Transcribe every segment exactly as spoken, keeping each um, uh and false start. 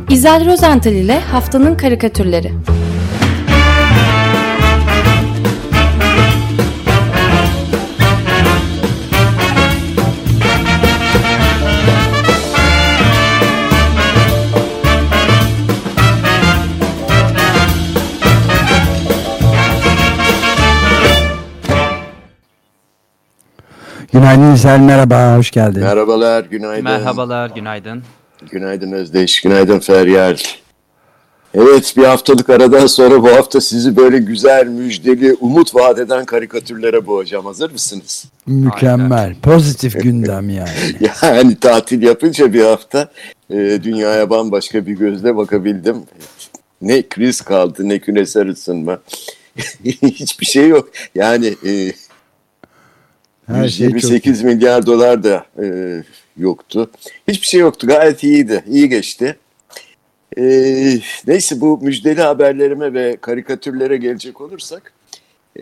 İzel Rozental ile Haftanın Karikatürleri. Günaydın İzel, merhaba, hoş geldin. Merhabalar, günaydın. Merhabalar, günaydın. Günaydın Özdeş, günaydın Feryal. Evet, bir haftalık aradan sonra bu hafta sizi böyle güzel, müjdeli, umut vaat eden karikatürlere boğacağım. Hazır mısınız? Mükemmel, Aynen. Pozitif gündem yani. Yani tatil yapınca bir hafta e, dünyaya bambaşka bir gözle bakabildim. Ne kriz kaldı, ne küresel ısınma. Hiçbir şey yok. Yani... E, yüz yirmi sekiz şey milyar dolar da e, yoktu. Hiçbir şey yoktu. Gayet iyiydi. İyi geçti. E, neyse bu müjdeli haberlerime ve karikatürlere gelecek olursak e,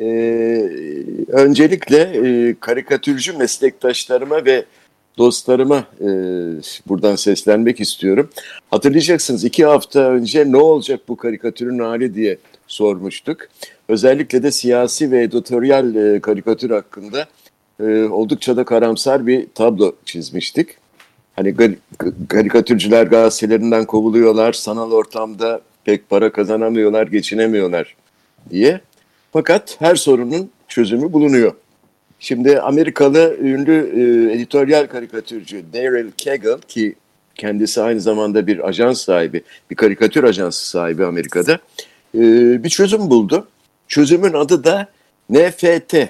öncelikle e, karikatürcü meslektaşlarıma ve dostlarıma e, buradan seslenmek istiyorum. Hatırlayacaksınız iki hafta önce ne olacak bu karikatürün hali diye sormuştuk. Özellikle de siyasi ve editoryal e, karikatür hakkında Ee, oldukça da karamsar bir tablo çizmiştik. Hani gar- karikatürcüler gazetelerinden kovuluyorlar, sanal ortamda pek para kazanamıyorlar, geçinemiyorlar diye. Fakat her sorunun çözümü bulunuyor. Şimdi Amerikalı ünlü e, editoryal karikatürcü Daryl Cagle, ki kendisi aynı zamanda bir ajans sahibi, bir karikatür ajansı sahibi Amerika'da, e, bir çözüm buldu. Çözümün adı da N F T.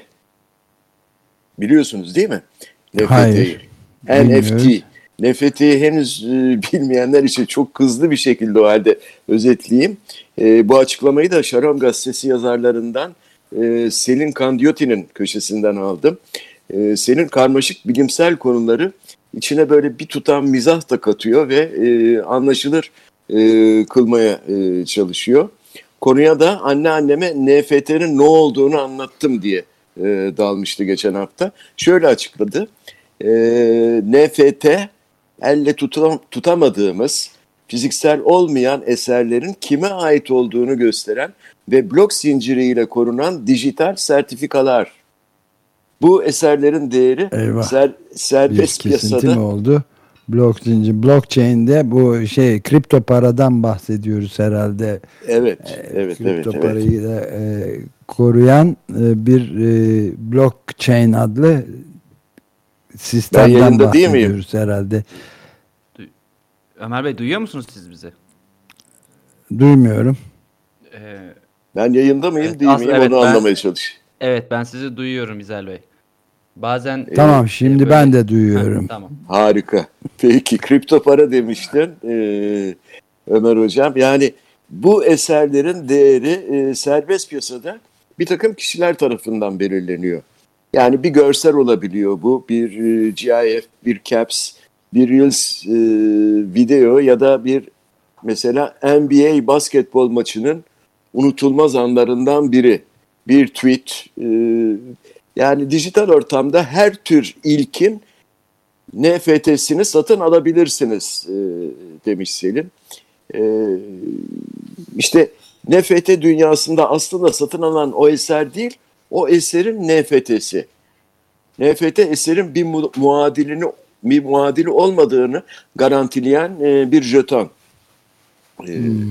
Biliyorsunuz değil mi? N F T'yi. Hayır. N F T. N F T'yi henüz e, bilmeyenler için çok hızlı bir şekilde o halde özetleyeyim. E, bu açıklamayı da Şaron Gazetesi yazarlarından e, Selin Kandiyotti'nin köşesinden aldım. E, Selin karmaşık bilimsel konuları içine böyle bir tutam mizah da katıyor ve e, anlaşılır e, kılmaya e, çalışıyor. Konuya da anneanneme N F T'nin ne olduğunu anlattım diye E, dalmıştı geçen hafta. Şöyle açıkladı. E, N F T elle tutam, tutamadığımız fiziksel olmayan eserlerin kime ait olduğunu gösteren ve blok zinciriyle korunan dijital sertifikalar. Bu eserlerin değeri ser, serbest bir kesinti piyasada. Mi oldu? Blok zincir, blockchain'de bu şey kripto paradan bahsediyoruz herhalde. Evet, evet, kripto evet. Kripto parayı da e, koruyan e, bir e, blockchain adlı sistemden bahsediyoruz herhalde. Ömer Bey, duyuyor musunuz siz bizi? Duymuyorum. Ee, ben yayında mıyım evet, değil aslında, miyim evet, onu ben, anlamaya çalış. Evet, ben sizi duyuyorum İzel Bey. Bazen tamam e, şimdi böyle... ben de duyuyorum. Ha, tamam. Harika. Peki kripto para demiştin ee, Ömer Hocam. Yani bu eserlerin değeri e, serbest piyasada bir takım kişiler tarafından belirleniyor. Yani bir görsel olabiliyor bu, bir e, G I F, bir Caps, bir Reels e, video ya da bir mesela N B A basketbol maçının unutulmaz anlarından biri. Bir tweet. E, yani dijital ortamda her tür ilkin N F T'sini satın alabilirsiniz e, demiş Selin. E, işte N F T dünyasında aslında satın alınan o eser değil, o eserin N F T'si. N F T eserin bir mu- muadilini, bir muadili olmadığını garantileyen e, bir jeton. E, hmm.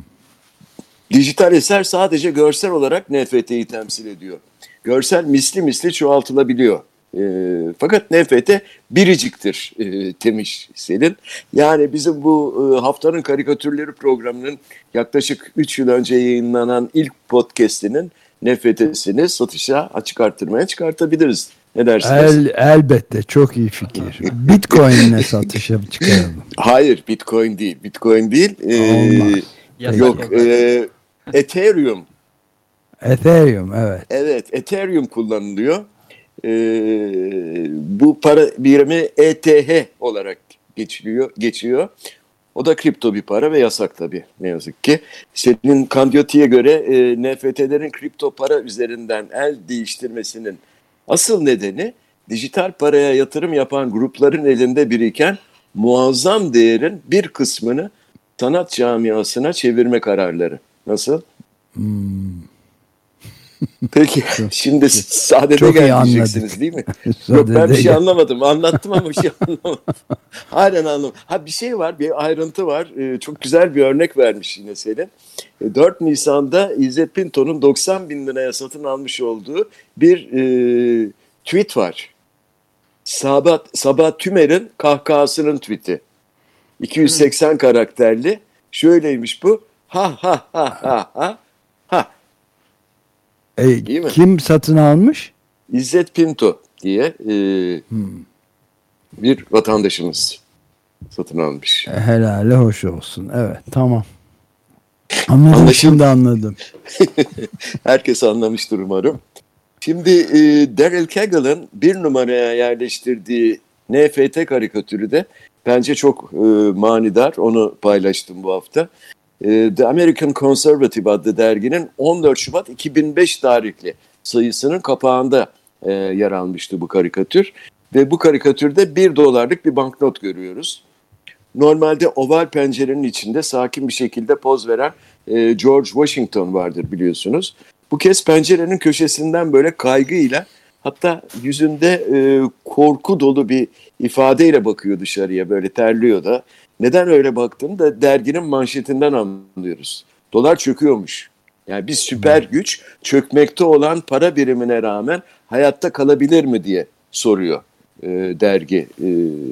Dijital eser sadece görsel olarak N F T'yi temsil ediyor. Görsel misli misli çoğaltılabiliyor. E, fakat N F T biriciktir e, demiş Selin. Yani bizim bu e, haftanın karikatürleri programının yaklaşık üç yıl önce yayınlanan ilk podcast'inin N F T'sini satışa, açık artırmaya çıkartabiliriz. Ne dersiniz? El, elbette çok iyi fikir. Bitcoin'le satışa çıkaralım. Hayır, Bitcoin değil. Bitcoin değil. Ee, yok. E, Ethereum. Ethereum, evet. Evet, Ethereum kullanılıyor. Ee, bu para birimi E T H olarak geçiliyor, geçiyor. O da kripto bir para ve yasak tabii ne yazık ki. Senin Kandiyotti'ye göre e, N F T'lerin kripto para üzerinden el değiştirmesinin asıl nedeni dijital paraya yatırım yapan grupların elinde biriken muazzam değerin bir kısmını sanat camiasına çevirme kararları. Nasıl? Hmm. Peki şimdi sadede Çok iyi gel anladık. diyeceksiniz değil mi? Yok, ben bir şey anlamadım. Anlattım ama bir şey anlamadım. Halen anlamadım. Ha, bir şey var, bir ayrıntı var. Ee, çok güzel bir örnek vermiş yine Selin. Ee, dört Nisan'da İzzet Pinto'nun doksan bin liraya satın almış olduğu bir e, tweet var. Sabah, Sabah Tümer'in kahkahasının tweeti. iki yüz seksen karakterli. Şöyleymiş bu. Ha ha ha ha ha ha. E, kim satın almış? İzzet Pinto diye e, hmm. bir vatandaşımız satın almış. E, helali hoş olsun. Evet, tamam. Anladım, şimdi anladım. Herkes anlamıştır umarım. Şimdi e, Daryl Keggle'ın bir numaraya yerleştirdiği N F T karikatürü de bence çok e, manidar. Onu paylaştım bu hafta. E, The American Conservative adlı derginin on dört Şubat iki bin beş tarihli sayısının kapağında e, yer almıştı bu karikatür. Ve bu karikatürde bir dolarlık bir banknot görüyoruz. Normalde oval pencerenin içinde sakin bir şekilde poz veren e, George Washington vardır biliyorsunuz. Bu kez pencerenin köşesinden böyle kaygıyla, hatta yüzünde e, korku dolu bir ifadeyle bakıyor dışarıya, böyle terliyor da. Neden öyle baktığını da derginin manşetinden anlıyoruz. Dolar çöküyormuş. Yani bir süper güç çökmekte olan para birimine rağmen hayatta kalabilir mi diye soruyor e, dergi. E,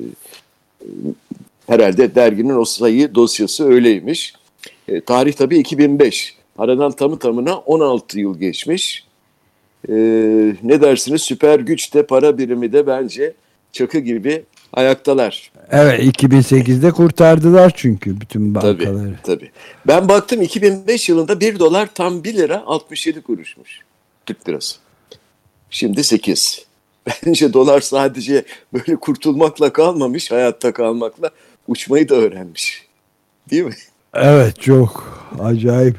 herhalde derginin o sayı dosyası öyleymiş. E, tarih tabii iki bin beş. Aradan tamı tamına on altı yıl geçmiş. E, ne dersiniz? Süper güç de para birimi de bence çakı gibi ayaktalar. Evet, iki bin sekizde kurtardılar çünkü bütün bankaları. Tabii, tabii. Ben baktım iki bin beş yılında bir dolar tam bir lira altmış yedi kuruşmuş. Türk lirası. Şimdi sekiz. Bence dolar sadece böyle kurtulmakla kalmamış, hayatta kalmakla uçmayı da öğrenmiş. Değil mi? Evet, çok acayip.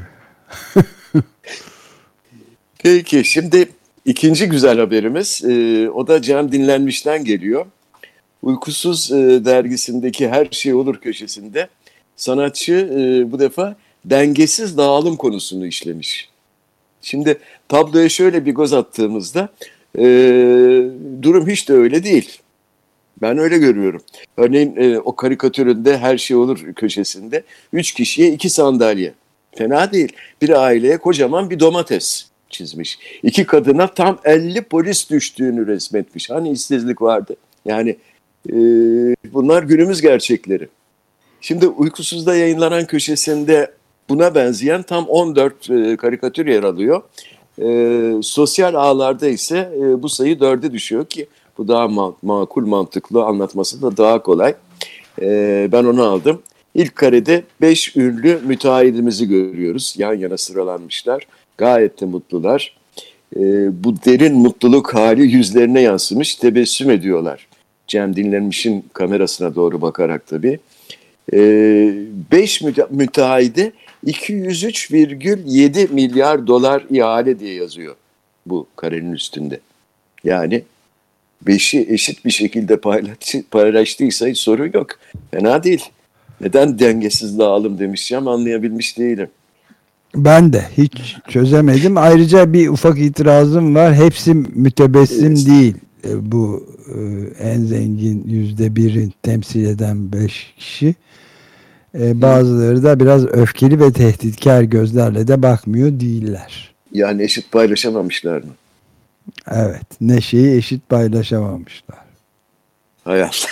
Peki şimdi ikinci güzel haberimiz, e, o da Cem Dinlenmiş'ten geliyor. Uykusuz e, dergisindeki Her Şey Olur köşesinde sanatçı e, bu defa dengesiz dağılım konusunu işlemiş. Şimdi tabloya şöyle bir göz attığımızda e, durum hiç de öyle değil. Ben öyle görüyorum. Örneğin e, o karikatüründe Her Şey Olur köşesinde üç kişiye iki sandalye. Fena değil. Bir aileye kocaman bir domates çizmiş. İki kadına tam elli polis düştüğünü resmetmiş. Hani işsizlik vardı. Yani e, bunlar günümüz gerçekleri. Şimdi Uykusuz'da yayınlanan köşesinde buna benzeyen tam on dört e, karikatür yer alıyor. E, sosyal ağlarda ise e, bu sayı dörde düşüyor ki bu daha ma- makul, mantıklı, anlatması da daha kolay. E, ben onu aldım. İlk karede beş ünlü müteahhidimizi görüyoruz. Yan yana sıralanmışlar. Gayet de mutlular. E, bu derin mutluluk hali yüzlerine yansımış. Tebessüm ediyorlar. Cem Dinlenmiş'in kamerasına doğru bakarak tabii. E, beş müte- müteahhide iki yüz üç virgül yedi milyar dolar ihale diye yazıyor bu karenin üstünde. Yani beşi eşit bir şekilde paylaş, paylaştıysa hiç sorun yok. Fena değil. Neden dengesiz dağılım demişeceğim, anlayabilmiş değilim. Ben de hiç çözemedim. Ayrıca bir ufak itirazım var. Hepsi mütebessim evet. değil. Bu en zengin yüzde biri temsil eden beş kişi. Bazıları da biraz öfkeli ve tehditkar gözlerle de bakmıyor değiller. Yani eşit paylaşamamışlar mı? Evet. Neşeyi eşit paylaşamamışlar. Hayat.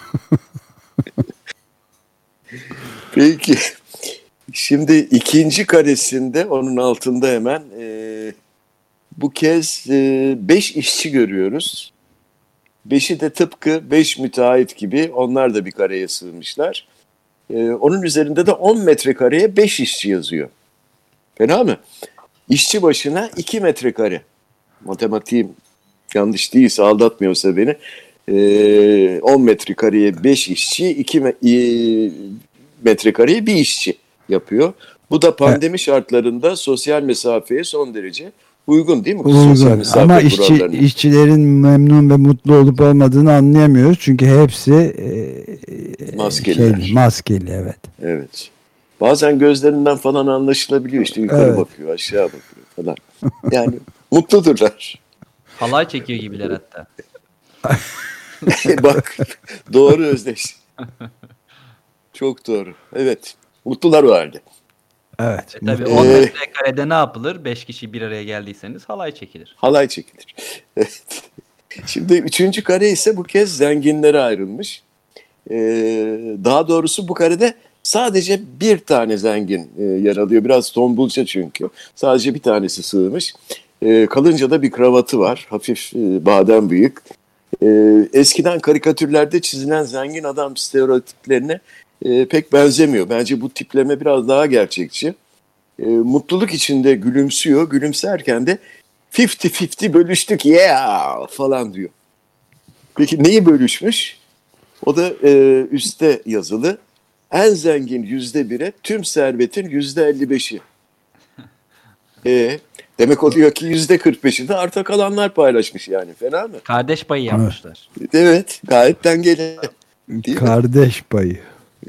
Peki. Şimdi ikinci karesinde onun altında hemen e, bu kez e, beş işçi görüyoruz. Beşi de tıpkı beş müteahhit gibi onlar da bir kareye sığmışlar. E, onun üzerinde de on metrekareye beş işçi yazıyor. Fena mı? İşçi başına iki metrekare. Matematiğim yanlış değilse, aldatmıyorsa beni. E, on metrekareye beş işçi, iki metrekareye bir işçi yapıyor. Bu da pandemi evet. şartlarında sosyal mesafeye son derece uygun değil mi? Uygun. Sosyal mesafe Ama işçi, işçilerin memnun ve mutlu olup olmadığını anlayamıyoruz. Çünkü hepsi e, maskeliler. Şey, maskeli evet. Evet. Bazen gözlerinden falan anlaşılabiliyor, işte yukarı Evet. bakıyor, aşağı bakıyor falan. Yani mutludurlar. Halay çekiyor gibiler hatta. Bak, doğru Özdeş. Çok doğru. Evet. Mutlular o halde. Evet. E tabii Ee, on metrekarede ne yapılır? beş kişi bir araya geldiyseniz halay çekilir. Halay çekilir. Evet. Şimdi üçüncü kare ise bu kez zenginlere ayrılmış. Ee, daha doğrusu bu karede sadece bir tane zengin e, yer alıyor. Biraz tombulca çünkü. Sadece bir tanesi sığmış. E, kalınca da bir kravatı var. Hafif e, badem bıyık. E, eskiden karikatürlerde çizilen zengin adam stereotiplerine e, pek benzemiyor. Bence bu tipleme biraz daha gerçekçi. E, mutluluk içinde gülümsüyor. Gülümserken de elli elli bölüştük yeah falan diyor. Peki neyi bölüşmüş? O da e, üstte yazılı. En zengin yüzde bire tüm servetin yüzde elli beşi. E, demek oluyor ki yüzde kırk beşi de arta kalanlar paylaşmış yani. Fena mı? Kardeş payı yapmışlar. Evet, gayet dengeli. Değil mi? Kardeş payı.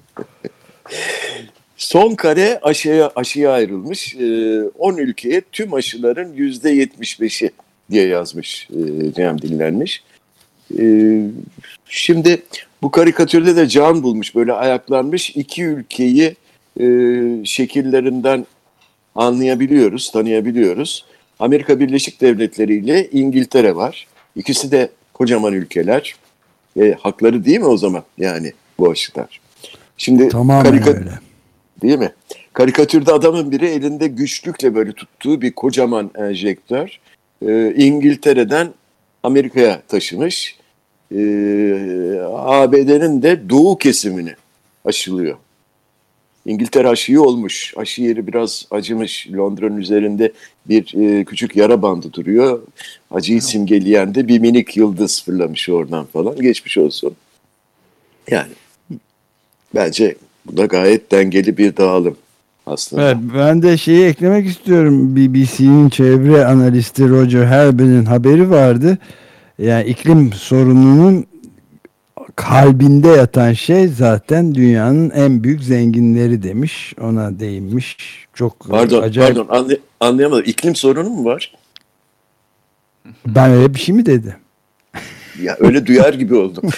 Son kare aşıya, aşıya ayrılmış. Ee, on ülkeye tüm aşıların yüzde yetmiş beşi diye yazmış e, Cem Dinlenmiş. Ee, şimdi bu karikatürde de can bulmuş, böyle ayaklanmış iki ülkeyi e, şekillerinden anlayabiliyoruz, tanıyabiliyoruz. Amerika Birleşik Devletleri ile İngiltere var. İkisi de kocaman ülkeler. E, hakları değil mi o zaman yani bu aşılar? Şimdi Tamamen karika- öyle. Değil mi? Karikatürde adamın biri elinde güçlükle böyle tuttuğu bir kocaman enjektör. Ee, İngiltere'den Amerika'ya taşımış. Ee, A B D'nin de doğu kesimini aşılıyor. İngiltere aşıyı olmuş. Aşı yeri biraz acımış. Londra'nın üzerinde bir e, küçük yara bandı duruyor. Acıyı simgeleyen de bir minik yıldız fırlamış oradan falan. Geçmiş olsun. Yani bence bu da gayet dengeli bir dağılım aslında. Evet, ben de şeyi eklemek istiyorum. B B C'nin çevre analisti Roger Helbin'in haberi vardı. Yani iklim sorununun kalbinde yatan şey zaten dünyanın en büyük zenginleri demiş. Ona değinmiş. Çok Pardon, acayip. pardon anlay- anlayamadım. İklim sorunu mu var? Ben öyle bir şey mi dedim? Ya öyle duyar gibi oldum.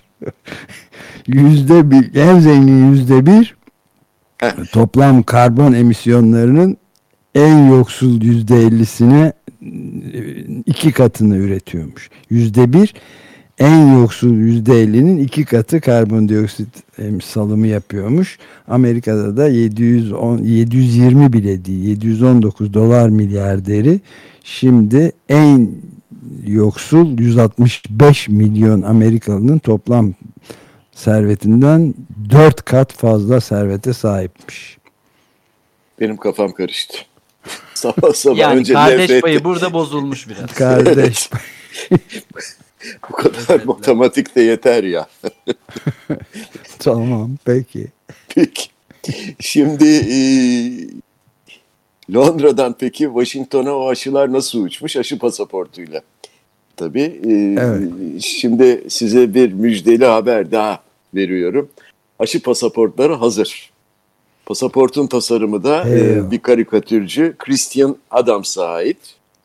Yüzde bir, en zengin yüzde bir Heh. toplam karbon emisyonlarının en yoksul yüzde ellisine iki katını üretiyormuş. Yüzde bir en yoksul yüzde ellinin iki katı karbondioksit salımı yapıyormuş. Amerika'da da yedi yüz on, yedi yüz yirmi bile değil, yedi yüz on dokuz dolar milyarderi şimdi en yoksul yüz altmış beş milyon Amerikalının toplam servetinden dört kat fazla servete sahipmiş. Benim kafam karıştı. Sabah sabah Yani önce kardeş nefret payı et- burada bozulmuş biraz. Kardeş. Bu kadar matematik de yeter ya. Tamam peki. Peki. Şimdi e, Londra'dan peki Washington'a o aşılar nasıl uçmuş? Aşı pasaportuyla. Tabii. e, Evet. Şimdi size bir müjdeli haber daha veriyorum. Aşı pasaportları hazır. Pasaportun tasarımı da e, Eyvah. bir karikatürcü Christian Adams'a ait.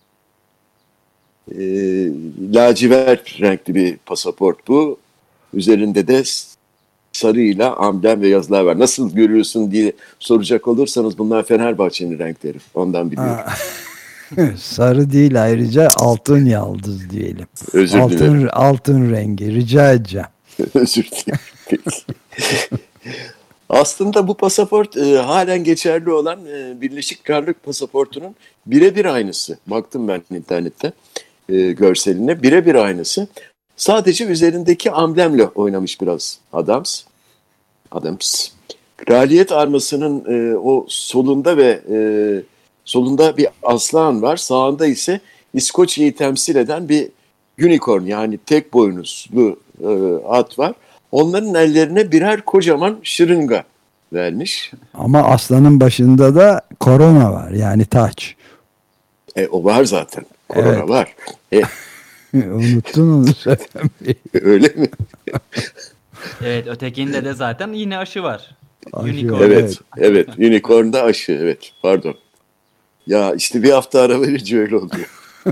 E, lacivert renkli bir pasaport bu. Üzerinde de sarıyla amblem ve yazılar var. Nasıl görüyorsun diye soracak olursanız bunlar Fenerbahçe'nin renkleri. Ondan biliyorum. Ha. Sarı değil, ayrıca altın yaldız diyelim. Özür altın, dilerim. altın rengi rica edeceğim. Özür dilerim. Peki. Aslında bu pasaport e, halen geçerli olan e, Birleşik Krallık pasaportunun birebir aynısı. Baktım ben internette e, görseline. Birebir aynısı. Sadece üzerindeki amblemle oynamış biraz Adams. Adams. Kraliyet armasının e, o solunda ve e, solunda bir aslan var. Sağında ise İskoçya'yı temsil eden bir unicorn, yani tek boynuzlu e, at var. Onların ellerine birer kocaman şırınga vermiş. Ama aslanın başında da korona var, yani taç. E, o var zaten. Korona Evet. var. E, Unuttun onu söylemeyi. öyle mi? Evet, ötekinde de zaten yine aşı var. Unicorn. Evet, Evet. evet. Unicorn'da aşı, evet. Pardon. Ya işte bir hafta ara verince öyle oluyor.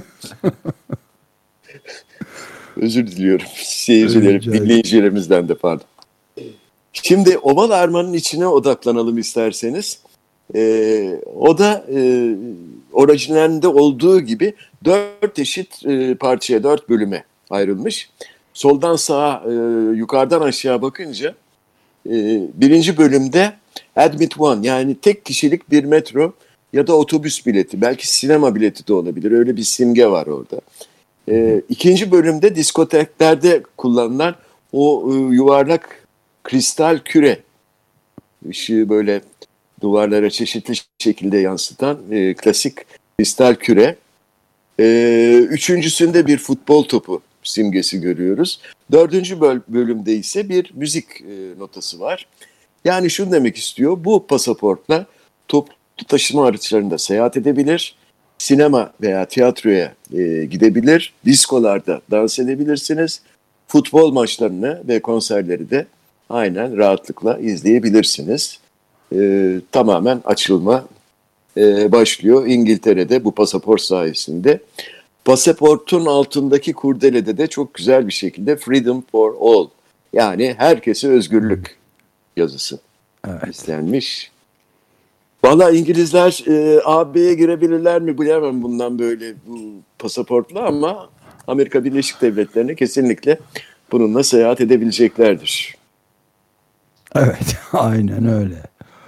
Özür diliyorum seyircilerim, Rica ederim. dinleyicilerimizden de pardon. Şimdi oval armanın içine odaklanalım isterseniz. Ee, o da e, orijinalinde olduğu gibi dört eşit e, parçaya, dört bölüme ayrılmış. Soldan sağa, e, yukarıdan aşağı bakınca e, birinci bölümde Admit One, yani tek kişilik bir metro ya da otobüs bileti, belki sinema bileti de olabilir. Öyle bir simge var orada. E, ikinci bölümde diskoteklerde kullanılan o e, yuvarlak kristal küre, ışığı böyle duvarlara çeşitli şekilde yansıtan e, klasik kristal küre. E, üçüncüsünde bir futbol topu simgesi görüyoruz. Dördüncü böl- bölümde ise bir müzik e, notası var. Yani şunu demek istiyor, bu pasaportla toplu taşıma araçlarında seyahat edebilir, sinema veya tiyatroya e, gidebilir, diskolarda dans edebilirsiniz, futbol maçlarını ve konserleri de aynen rahatlıkla izleyebilirsiniz. E, tamamen açılma e, başlıyor İngiltere'de bu pasaport sayesinde. Pasaportun altındaki kurdelede de çok güzel bir şekilde Freedom for All, yani herkese özgürlük yazısı Evet. istenmiş. Valla İngilizler e, A B'ye girebilirler mi bilemem bundan böyle bu pasaportla, ama Amerika Birleşik Devletleri'ne kesinlikle bununla seyahat edebileceklerdir. Evet. Aynen öyle.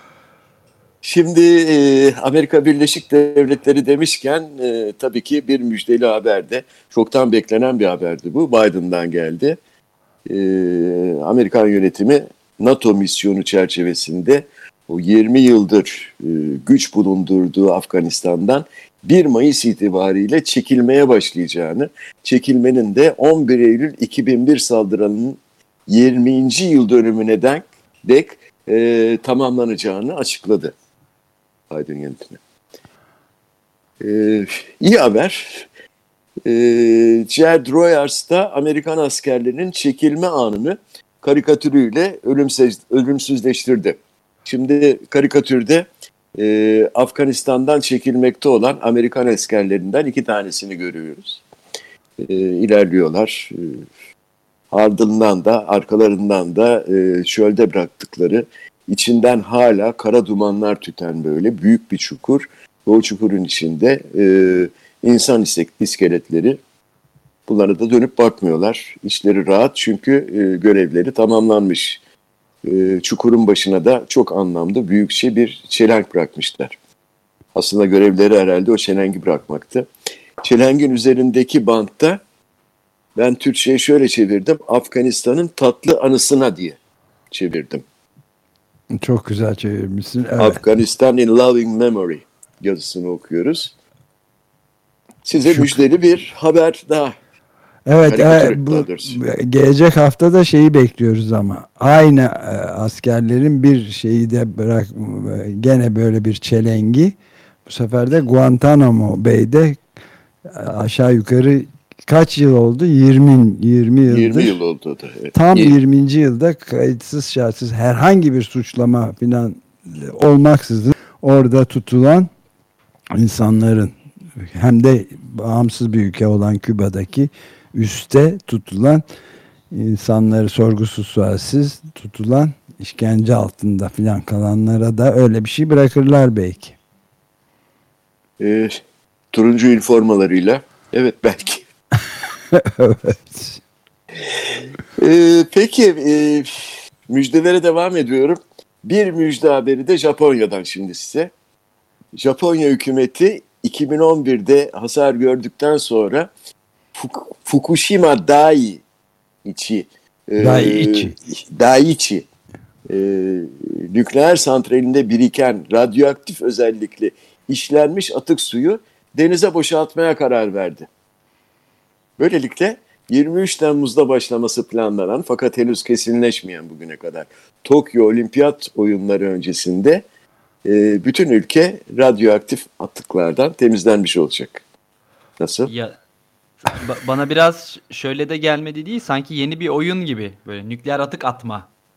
Şimdi e, Amerika Birleşik Devletleri demişken e, tabii ki bir müjdeli haber de, çoktan beklenen bir haberdi bu. Biden'dan geldi. E, Amerikan yönetimi NATO misyonu çerçevesinde o yirmi yıldır e, güç bulundurduğu Afganistan'dan bir Mayıs itibariyle çekilmeye başlayacağını, çekilmenin de on bir Eylül iki bin bir saldırının yirminci yıl dönümüne dek, dek e, tamamlanacağını açıkladı Biden yönetimi. Ee, iyi haber. Ee, Jed Royers da Amerikan askerlerinin çekilme anını karikatürüyle ölümsüz, ölümsüzleştirdi. Şimdi karikatürde e, Afganistan'dan çekilmekte olan Amerikan askerlerinden iki tanesini görüyoruz. E, ilerliyorlar. E, ardından da arkalarından da e, çölde bıraktıkları, içinden hala kara dumanlar tüten böyle büyük bir çukur. O çukurun içinde e, insan iskeletleri. Bunlara da dönüp bakmıyorlar. İşleri rahat çünkü e, görevleri tamamlanmış. E, çukurun başına da çok anlamlı büyükçe bir çelenk bırakmışlar. Aslında görevleri herhalde o çelengi bırakmaktı. Çelengin üzerindeki bantta ben Türkçe'ye şöyle çevirdim. Afganistan'ın tatlı anısına diye çevirdim. Çok güzel çevirmişsin. Evet. Afganistan in Loving Memory yazısını okuyoruz. Size Şu... müjdeli bir haber daha. Evet, evet bu gelecek hafta da şeyi bekliyoruz ama aynı e, askerlerin bir şeyi de bırak gene böyle bir çelengi, bu sefer de Guantanamo Bay'de aşağı yukarı kaç yıl oldu? yirmi yirmi yıldır. yirmi yıl oldu da. Evet. Tam yirminci yılda kayıtsız şartsız herhangi bir suçlama falan olmaksızın orada tutulan insanların, hem de bağımsız bir ülke olan Küba'daki üste tutulan insanları, sorgusuz sualsiz tutulan, işkence altında filan kalanlara da öyle bir şey bırakırlar belki. E, turuncu üniformalarıyla. Evet belki. Evet. E, peki e, müjdelere devam ediyorum. Bir müjde haberi de Japonya'dan şimdi size. Japonya hükümeti iki bin on birde hasar gördükten sonra Fukushima Daiichi e, Daiichi, Daiichi e, nükleer santralinde biriken radyoaktif özellikle işlenmiş atık suyu denize boşaltmaya karar verdi. Böylelikle yirmi üç Temmuz'da başlaması planlanan fakat henüz kesinleşmeyen bugüne kadar Tokyo Olimpiyat oyunları öncesinde e, bütün ülke radyoaktif atıklardan temizlenmiş olacak. Nasıl? Ya ba- bana biraz şöyle de gelmedi değil, sanki yeni bir oyun gibi, böyle nükleer atık atma.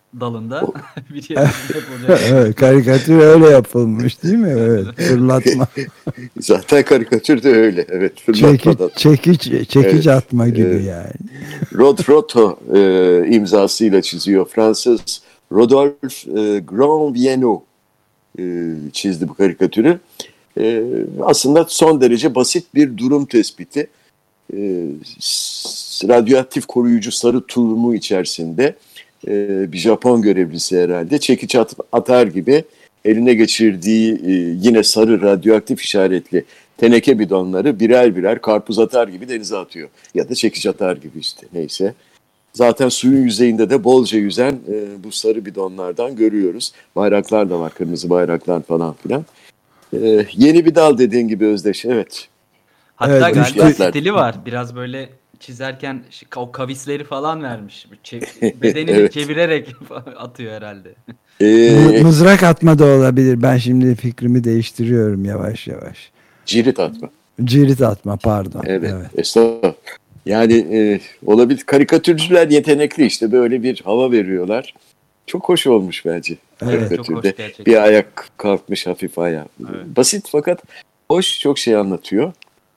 dalında bir yere yapılacak. Evet, karikatür öyle yapılmış değil mi? Evet, fırlatma. Zaten karikatür de öyle. Evet, Çekiç, fırlatmadan. çekiç, çekiç Evet, atma gibi evet. yani. Rodroto e, imzasıyla çiziyor. Fransız Rodolphe e, Grandvienot e, çizdi bu karikatürü. E, aslında son derece basit bir durum tespiti. E, s- radyoaktif koruyucu sarı tulumu içerisinde e, bir Japon görevlisi herhalde çekiç at, atar gibi eline geçirdiği e, yine sarı radyoaktif işaretli teneke bidonları birer birer karpuz atar gibi denize atıyor. Ya da çekiç atar gibi işte neyse. Zaten suyun yüzeyinde de bolca yüzen e, bu sarı bidonlardan görüyoruz. Bayraklar da var, kırmızı bayraklar falan filan. E, yeni bir dal dediğin gibi Özdeş, evet. Hatta Evet, galiba düştü. stili var. Biraz böyle çizerken şi- o kavisleri falan vermiş. Çev- bedenini Evet. çevirerek atıyor herhalde. Mı- E, Mızrak atma da olabilir. Ben şimdi fikrimi değiştiriyorum yavaş yavaş. cirit atma. Cirit atma, pardon. Evet, Evet. estağfurullah. Yani e, olabilir. Karikatürcüler yetenekli işte böyle bir hava veriyorlar. Çok hoş olmuş bence. Evet, çok hoş Karikatürde. gerçekten. Bir ayak kalkmış hafif ayağa. Evet. Basit fakat hoş, çok şey anlatıyor.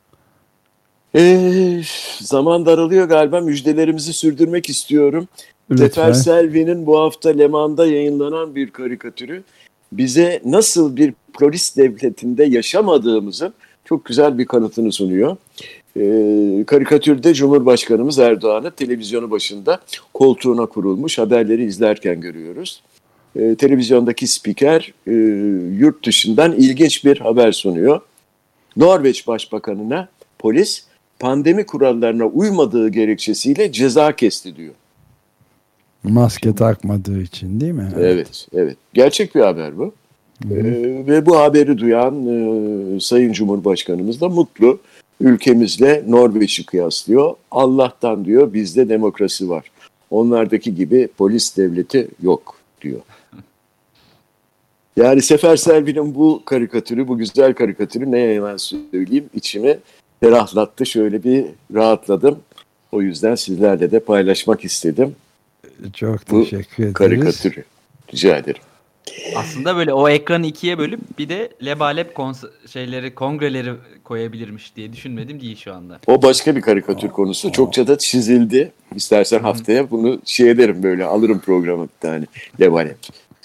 Ee, zaman daralıyor galiba. Müjdelerimizi sürdürmek istiyorum. Zafer Lütfen. Selvi'nin bu hafta Le Man'da yayınlanan bir karikatürü bize nasıl bir polis devletinde yaşamadığımızın çok güzel bir kanıtını sunuyor. Ee, karikatürde Cumhurbaşkanımız Erdoğan'ı televizyonu başında koltuğuna kurulmuş haberleri izlerken görüyoruz. Ee, televizyondaki spiker e, yurt dışından ilginç bir haber sunuyor. Norveç Başbakanı'na polis pandemi kurallarına uymadığı gerekçesiyle ceza kesti diyor. Maske takmadığı için değil mi? Evet, evet. Gerçek bir haber bu. Ee, ve bu haberi duyan e, Sayın Cumhurbaşkanımız da mutlu. Ülkemizle Norveç'i kıyaslıyor. Allah'tan diyor bizde demokrasi var. Onlardaki gibi polis devleti yok diyor. Yani Sefer Selvi'nin bu karikatürü, bu güzel karikatürü ne yalan söyleyeyim içimi ferahlattı. Şöyle bir rahatladım. O yüzden sizlerle de paylaşmak istedim Çok bu teşekkür ederiz. karikatürü. Rica ederim. Aslında böyle o ekranı ikiye bölüp bir de lebalep kons- şeyleri, kongreleri koyabilirmiş diye düşünmedim değil şu anda. O başka bir karikatür konusu. Çokça da çizildi. İstersen haftaya bunu şey ederim böyle alırım programa bir tane. Levalep.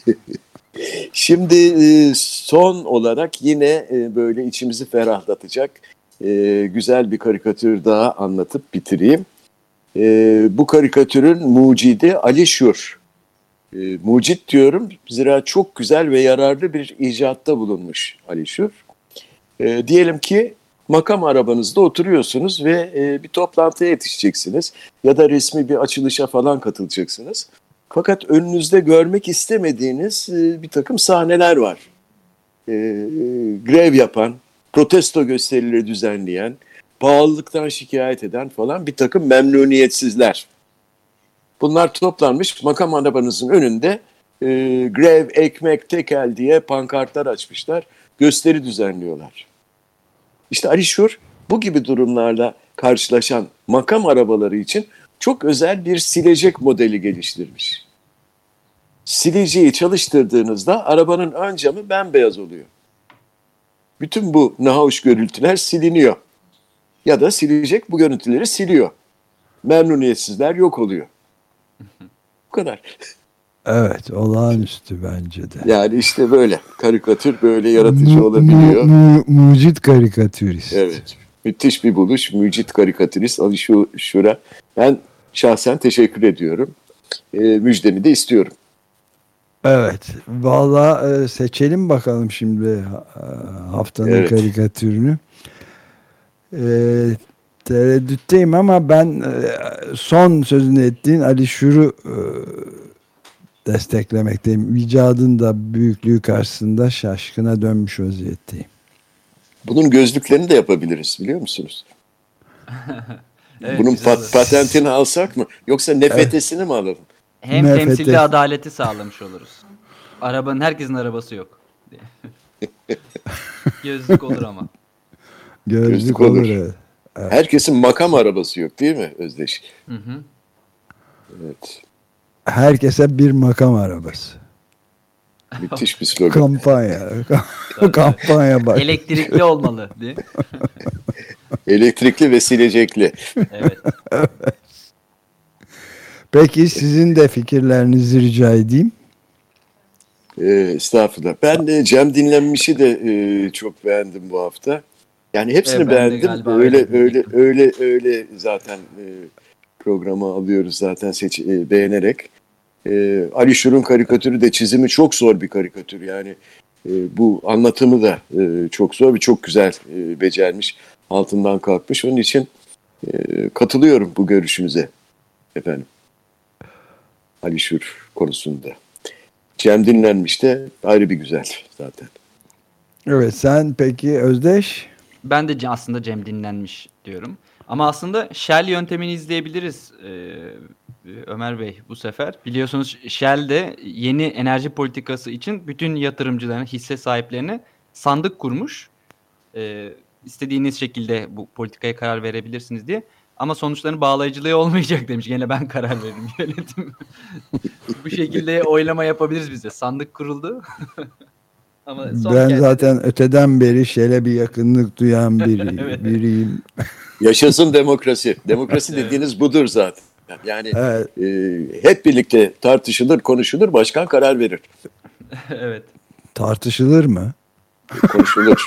Şimdi e, son olarak yine e, böyle içimizi ferahlatacak e, güzel bir karikatür daha anlatıp bitireyim. E, bu karikatürün mucidi Ali Şur. E, mucit diyorum zira çok güzel ve yararlı bir icatta bulunmuş Ali Şur. E, diyelim ki makam arabanızda oturuyorsunuz ve e, bir toplantıya yetişeceksiniz ya da resmi bir açılışa falan katılacaksınız. Fakat önünüzde görmek istemediğiniz e, bir takım sahneler var. E, grev yapan, protesto gösterileri düzenleyen, pahalılıktan şikayet eden falan bir takım memnuniyetsizler. Bunlar toplanmış makam arabanızın önünde e, grev, ekmek, tekel diye pankartlar açmışlar, gösteri düzenliyorlar. İşte Ali Şur bu gibi durumlarla karşılaşan makam arabaları için çok özel bir silecek modeli geliştirmiş. Sileceği çalıştırdığınızda arabanın ön camı bembeyaz oluyor. Bütün bu nahoş görüntüler siliniyor. Ya da silecek bu görüntüleri siliyor. Memnuniyetsizler yok oluyor. Bu kadar. Evet, olağanüstü bence de. Yani işte böyle. Karikatür böyle yaratıcı Mu- olabiliyor. mu- mu- mucit karikatürist. Evet. Müthiş bir buluş. Mücit karikatürist Ali Şur'a ben şahsen teşekkür ediyorum. E, müjdemi de istiyorum. Evet. Valla e, seçelim bakalım şimdi e, haftanın Evet. karikatürünü. E, tereddütteyim ama ben e, son sözünü ettiğin Ali Şur'u e, desteklemekteyim. İcadın da büyüklüğü karşısında şaşkına dönmüş vaziyetteyim. Bunun gözlüklerini de yapabiliriz biliyor musunuz? Evet, Bunun güzel pat- olur. patentini alsak mı? Yoksa nefetesini mi alalım? Hem Nefret temsilli et. adaleti sağlamış oluruz. Arabanın herkesin arabası yok diye. Gözlük olur ama. Gözlük, Gözlük olur. olur. Evet. Herkesin makam arabası yok değil mi Özdeş? Hı hı. Evet. herkese bir makam arabası. Müthiş bir slogan. Kampanya. Kampanya bak. Elektrikli olmalı diye. Elektrikli ve silecekli. Evet. Peki sizin de fikirlerinizi rica edeyim. Ee, estağfurullah. Ben de Cem Dinlenmiş'i de e, çok beğendim bu hafta. Yani hepsini Evet, ben de beğendim. galiba Öyle öyle öyle diyecektim. öyle öyle zaten e, programa alıyoruz zaten seç, e, beğenerek. E, Ali Şur'un karikatürü de çizimi çok zor bir karikatür. Yani e, bu anlatımı da e, çok zor ve çok güzel e, becermiş. Altından kalkmış. Onun için e, katılıyorum bu görüşünüze efendim. Ali Şur konusunda. Cem Dinlenmiş de ayrı bir güzel zaten. Evet, sen peki Özdeş? Ben de aslında Cem Dinlenmiş diyorum. Ama aslında Shell yöntemini izleyebiliriz ee, Ömer Bey bu sefer. Biliyorsunuz Shell de yeni enerji politikası için bütün yatırımcıların, hisse sahiplerine sandık kurmuş. Ee, istediğiniz şekilde bu politikaya karar verebilirsiniz diye. Ama sonuçların bağlayıcılığı olmayacak demiş. Gene ben karar veririm yönetim. Bu şekilde oylama yapabiliriz biz de. Sandık kuruldu. Ama son Ben kez- zaten öteden beri Shell'e bir yakınlık duyan biri, Evet. biriyim. Yaşasın demokrasi. Demokrasi Evet. dediğiniz budur zaten. Yani Evet. e, hep birlikte tartışılır, konuşulur, başkan karar verir. Evet. Tartışılır mı? Konuşulur.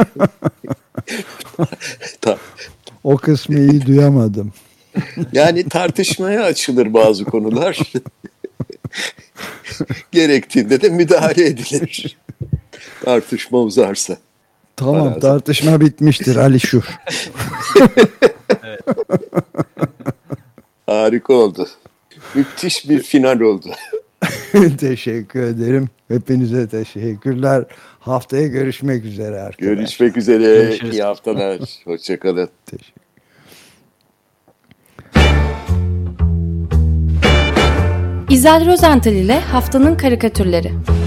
Ta- O kısmı iyi duyamadım. yani tartışmaya açılır bazı konular. Gerektiğinde de müdahale edilir. Tartışma uzarsa. Tamam, Bazen. tartışma bitmiştir Ali Şur. Harika oldu. Müthiş bir final oldu. Teşekkür ederim. Hepinize teşekkürler. Haftaya görüşmek üzere arkadaşlar. Görüşmek üzere. Görüşürüz. İyi haftalar. Hoşçakalın. Teşekkür. İzel Rozental ile Haftanın Karikatürleri.